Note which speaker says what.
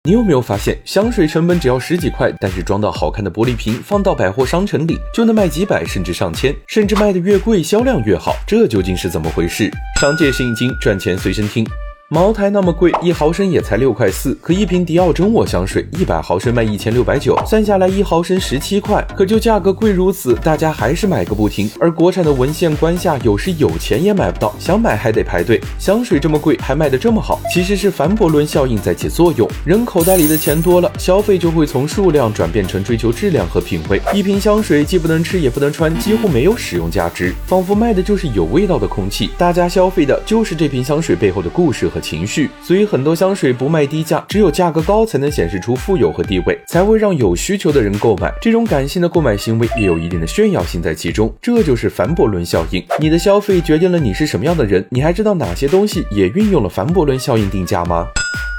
Speaker 1: 你有没有发现，香水成本只要10几块，但是装到好看的玻璃瓶，放到百货商城里，就能卖几百甚至上千，甚至卖得越贵，销量越好，这究竟是怎么回事？商界生意经，赚钱随身听。茅台那么贵，1毫升也才6.4块，可一瓶迪奥真我香水100毫升卖1690，算下来1毫升17块，可就价格贵如此，大家还是买个不停。而国产的文献关下，有时有钱也买不到，想买还得排队。香水这么贵，还卖得这么好，其实是凡伯伦效应在起作用。人口袋里的钱多了，消费就会从数量转变成追求质量和品味。一瓶香水既不能吃也不能穿，几乎没有使用价值，仿佛卖的就是有味道的空气。大家消费的就是这瓶香水背后的故事和情绪，所以很多香水不卖低价，只有价格高才能显示出富有和地位，才会让有需求的人购买。这种感性的购买行为也有一定的炫耀性在其中，这就是凡伯伦效应。你的消费决定了你是什么样的人，你还知道哪些东西也运用了凡伯伦效应定价吗？